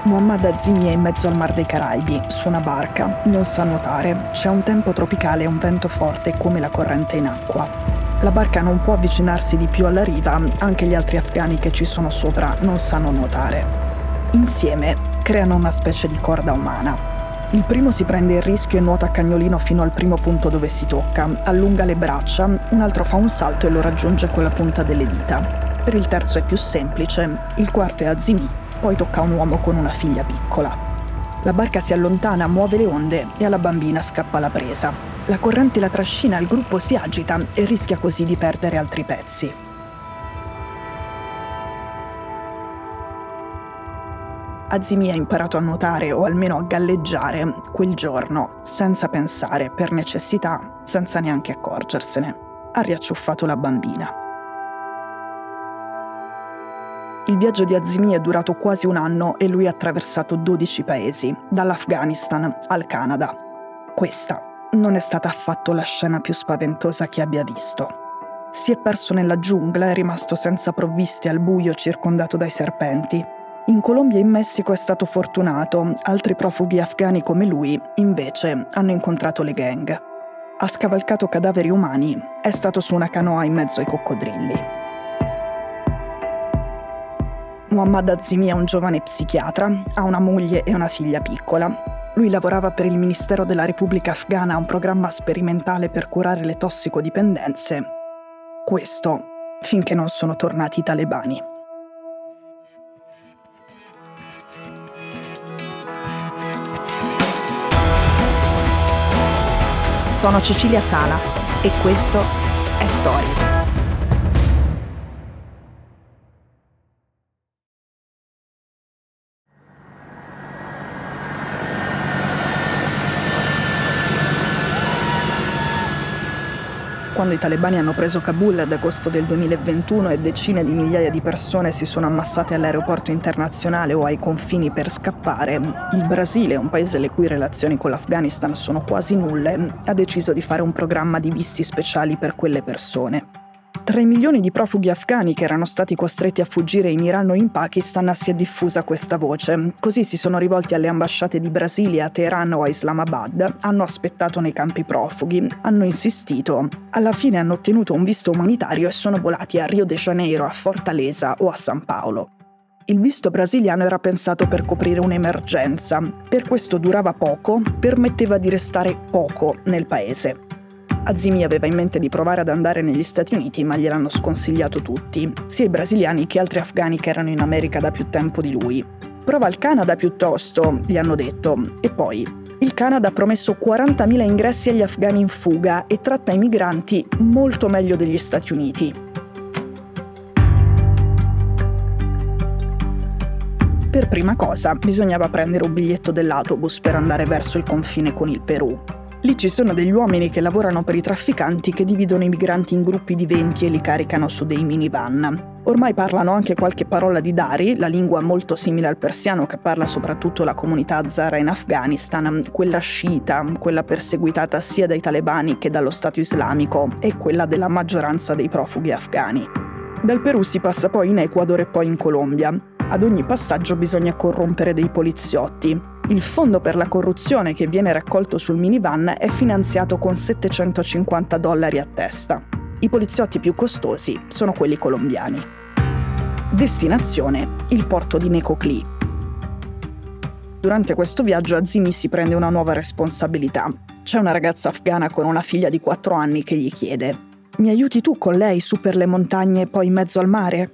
Muhammad Azimi è in mezzo al Mar dei Caraibi, su una barca, non sa nuotare, c'è un tempo tropicale e un vento forte come la corrente in acqua. La barca non può avvicinarsi di più alla riva, anche gli altri afghani che ci sono sopra non sanno nuotare. Insieme creano una specie di corda umana. Il primo si prende il rischio e nuota a cagnolino fino al primo punto dove si tocca, allunga le braccia, un altro fa un salto e lo raggiunge con la punta delle dita. Per il terzo è più semplice, il quarto è Azimi, poi tocca a un uomo con una figlia piccola. La barca si allontana, muove le onde e alla bambina scappa la presa. La corrente la trascina, il gruppo si agita e rischia così di perdere altri pezzi. Azimi ha imparato a nuotare o almeno a galleggiare quel giorno, senza pensare, per necessità, senza neanche accorgersene. Ha riacciuffato la bambina. Il viaggio di Azimi è durato quasi un anno e lui ha attraversato 12 paesi, dall'Afghanistan al Canada. Questa non è stata affatto la scena più spaventosa che abbia visto. Si è perso nella giungla, è rimasto senza provviste al buio circondato dai serpenti. In Colombia e in Messico è stato fortunato, altri profughi afghani come lui, invece, hanno incontrato le gang. Ha scavalcato cadaveri umani, è stato su una canoa in mezzo ai coccodrilli. Muhammad Azimi è un giovane psichiatra, ha una moglie e una figlia piccola. Lui lavorava per il Ministero della Repubblica Afghana a un programma sperimentale per curare le tossicodipendenze. Questo finché non sono tornati i talebani. Sono Cecilia Sala e questo è Stories. Quando i talebani hanno preso Kabul ad agosto del 2021 e decine di migliaia di persone si sono ammassate all'aeroporto internazionale o ai confini per scappare, il Brasile, un paese le cui relazioni con l'Afghanistan sono quasi nulle, ha deciso di fare un programma di visti speciali per quelle persone. Tra i milioni di profughi afghani che erano stati costretti a fuggire in Iran o in Pakistan si è diffusa questa voce. Così si sono rivolti alle ambasciate di Brasilia, a Teheran o a Islamabad, hanno aspettato nei campi profughi, hanno insistito. Alla fine hanno ottenuto un visto umanitario e sono volati a Rio de Janeiro, a Fortaleza o a San Paolo. Il visto brasiliano era pensato per coprire un'emergenza. Per questo durava poco, permetteva di restare poco nel paese. Azimi aveva in mente di provare ad andare negli Stati Uniti, ma gliel'hanno sconsigliato tutti, sia i brasiliani che altri afghani che erano in America da più tempo di lui. Prova il Canada piuttosto, gli hanno detto. E poi, il Canada ha promesso 40.000 ingressi agli afghani in fuga e tratta i migranti molto meglio degli Stati Uniti. Per prima cosa, bisognava prendere un biglietto dell'autobus per andare verso il confine con il Perù. Lì ci sono degli uomini che lavorano per i trafficanti che dividono i migranti in gruppi di 20 e li caricano su dei minivan. Ormai parlano anche qualche parola di Dari, la lingua molto simile al persiano che parla soprattutto la comunità hazara in Afghanistan, quella sciita, quella perseguitata sia dai talebani che dallo Stato islamico e quella della maggioranza dei profughi afghani. Dal Perù si passa poi in Ecuador e poi in Colombia. Ad ogni passaggio bisogna corrompere dei poliziotti. Il fondo per la corruzione che viene raccolto sul minivan è finanziato con $750 a testa. I poliziotti più costosi sono quelli colombiani. Destinazione: il porto di Necoclí. Durante questo viaggio Azimi si prende una nuova responsabilità. C'è una ragazza afghana con una figlia di 4 anni che gli chiede: «Mi aiuti tu con lei su per le montagne e poi in mezzo al mare?»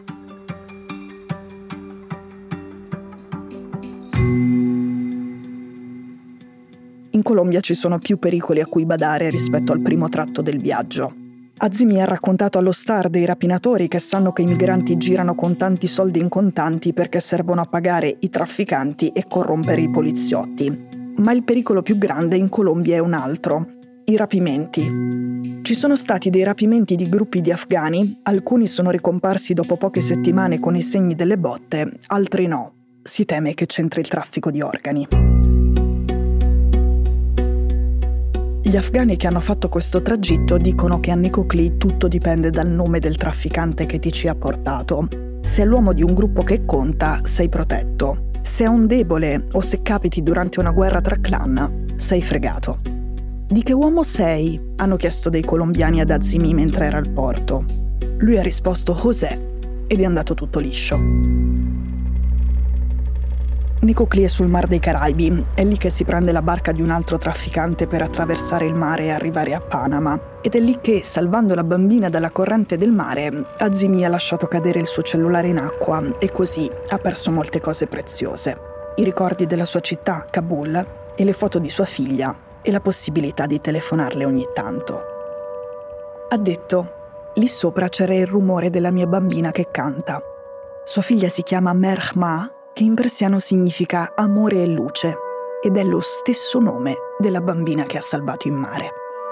In Colombia ci sono più pericoli a cui badare rispetto al primo tratto del viaggio. Azimi ha raccontato allo Star dei rapinatori che sanno che i migranti girano con tanti soldi in contanti perché servono a pagare i trafficanti e corrompere i poliziotti. Ma il pericolo più grande in Colombia è un altro: i rapimenti. Ci sono stati dei rapimenti di gruppi di afghani, alcuni sono ricomparsi dopo poche settimane con i segni delle botte, altri no. Si teme che c'entri il traffico di organi. Gli afghani che hanno fatto questo tragitto dicono che a Necoclí tutto dipende dal nome del trafficante che ti ci ha portato. Se è l'uomo di un gruppo che conta, sei protetto. Se è un debole o se capiti durante una guerra tra clan, sei fregato. Di che uomo sei? Hanno chiesto dei colombiani ad Azimi mentre era al porto. Lui ha risposto José ed è andato tutto liscio. Nicoclì è sul Mar dei Caraibi, è lì che si prende la barca di un altro trafficante per attraversare il mare e arrivare a Panama. Ed è lì che, salvando la bambina dalla corrente del mare, Azimi ha lasciato cadere il suo cellulare in acqua e così ha perso molte cose preziose. I ricordi della sua città, Kabul, e le foto di sua figlia e la possibilità di telefonarle ogni tanto. Ha detto: lì sopra c'era il rumore della mia bambina che canta. Sua figlia si chiama Merhma, che in persiano significa amore e luce, ed è lo stesso nome della bambina che ha salvato in mare.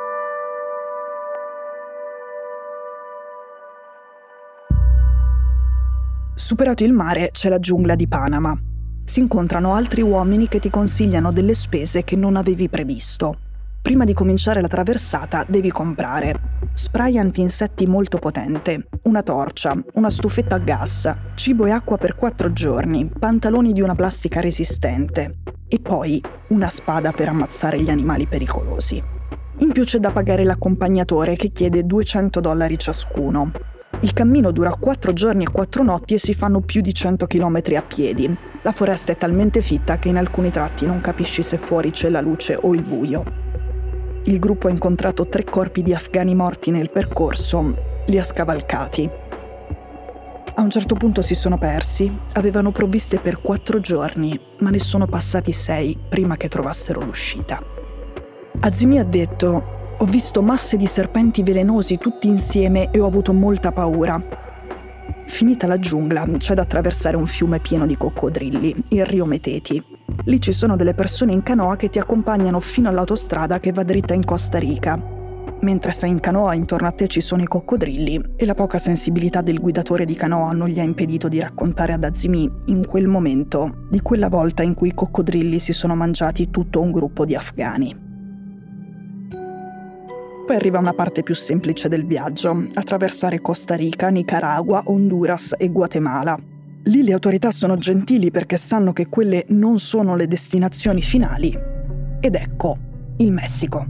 Superato il mare c'è la giungla di Panama. Si incontrano altri uomini che ti consigliano delle spese che non avevi previsto. Prima di cominciare la traversata devi comprare spray anti-insetti molto potente, una torcia, una stufetta a gas, cibo e acqua per 4 giorni, pantaloni di una plastica resistente e poi una spada per ammazzare gli animali pericolosi. In più c'è da pagare l'accompagnatore che chiede $200 ciascuno. Il cammino dura 4 giorni e 4 notti e si fanno più di 100 km a piedi. La foresta è talmente fitta che in alcuni tratti non capisci se fuori c'è la luce o il buio. Il gruppo ha incontrato 3 corpi di afghani morti nel percorso, li ha scavalcati. A un certo punto si sono persi, avevano provviste per 4 giorni, ma ne sono passati 6 prima che trovassero l'uscita. Azimi ha detto: ho visto masse di serpenti velenosi tutti insieme e ho avuto molta paura. Finita la giungla, c'è da attraversare un fiume pieno di coccodrilli, il Rio Meteti. Lì ci sono delle persone in canoa che ti accompagnano fino all'autostrada che va dritta in Costa Rica. Mentre sei in canoa, intorno a te ci sono i coccodrilli e la poca sensibilità del guidatore di canoa non gli ha impedito di raccontare ad Azimi, in quel momento, di quella volta in cui i coccodrilli si sono mangiati tutto un gruppo di afghani. Poi arriva una parte più semplice del viaggio, attraversare Costa Rica, Nicaragua, Honduras e Guatemala. Lì le autorità sono gentili perché sanno che quelle non sono le destinazioni finali. Ed ecco, il Messico.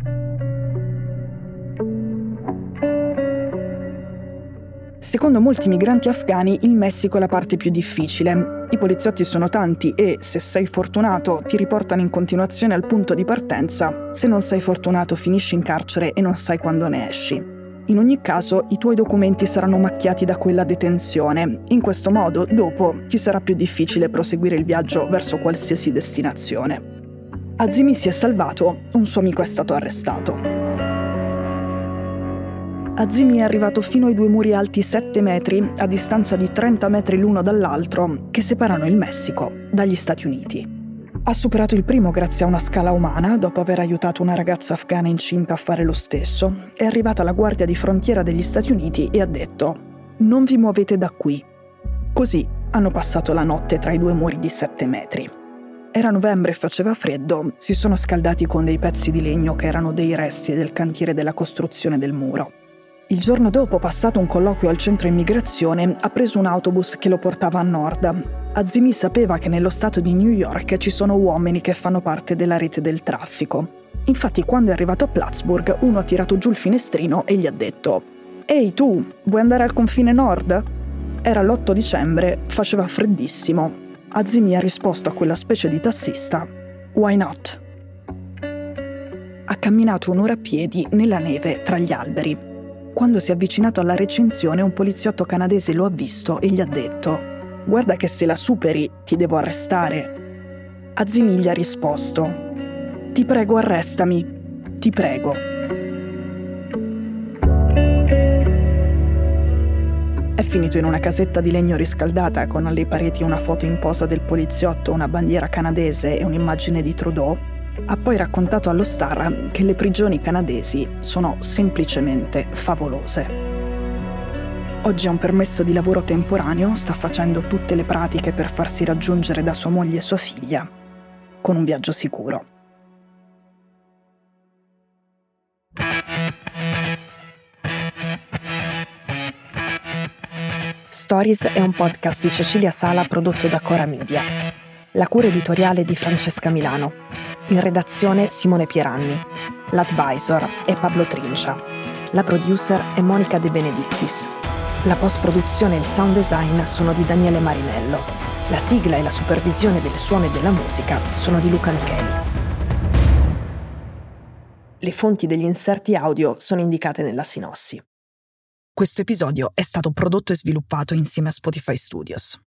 Secondo molti migranti afghani, il Messico è la parte più difficile. I poliziotti sono tanti e, se sei fortunato, ti riportano in continuazione al punto di partenza. Se non sei fortunato, finisci in carcere e non sai quando ne esci. In ogni caso, i tuoi documenti saranno macchiati da quella detenzione. In questo modo, dopo, ti sarà più difficile proseguire il viaggio verso qualsiasi destinazione. Azimi si è salvato, un suo amico è stato arrestato. Azimi è arrivato fino ai 2 muri alti 7 metri, a distanza di 30 metri l'uno dall'altro, che separano il Messico dagli Stati Uniti. Ha superato il primo grazie a una scala umana, dopo aver aiutato una ragazza afghana incinta a fare lo stesso. È arrivata la guardia di frontiera degli Stati Uniti e ha detto: non vi muovete da qui. Così hanno passato la notte tra i 2 muri di 7 metri. Era novembre e faceva freddo, si sono scaldati con dei pezzi di legno che erano dei resti del cantiere della costruzione del muro. Il giorno dopo, passato un colloquio al centro immigrazione, ha preso un autobus che lo portava a nord. Azimi sapeva che nello stato di New York ci sono uomini che fanno parte della rete del traffico. Infatti, quando è arrivato a Plattsburgh, uno ha tirato giù il finestrino e gli ha detto: «Ehi tu, vuoi andare al confine nord?» Era l'8 dicembre, faceva freddissimo. Azimi ha risposto a quella specie di tassista: «Why not?» Ha camminato un'ora a piedi nella neve tra gli alberi. Quando si è avvicinato alla recinzione, un poliziotto canadese lo ha visto e gli ha detto: «Guarda che se la superi ti devo arrestare». Azimi gli ha risposto: «Ti prego, arrestami, ti prego». È finito in una casetta di legno riscaldata con alle pareti una foto in posa del poliziotto, una bandiera canadese e un'immagine di Trudeau. Ha poi raccontato allo Star che le prigioni canadesi sono semplicemente favolose. Oggi ha un permesso di lavoro temporaneo, sta facendo tutte le pratiche per farsi raggiungere da sua moglie e sua figlia, con un viaggio sicuro. Stories è un podcast di Cecilia Sala prodotto da Cora Media. La cura editoriale di Francesca Milano. In redazione Simone Pieranni. L'advisor è Pablo Trincia. La producer è Monica De Benedictis. La post-produzione e il sound design sono di Daniele Marinello. La sigla e la supervisione del suono e della musica sono di Luca Micheli. Le fonti degli inserti audio sono indicate nella sinossi. Questo episodio è stato prodotto e sviluppato insieme a Spotify Studios.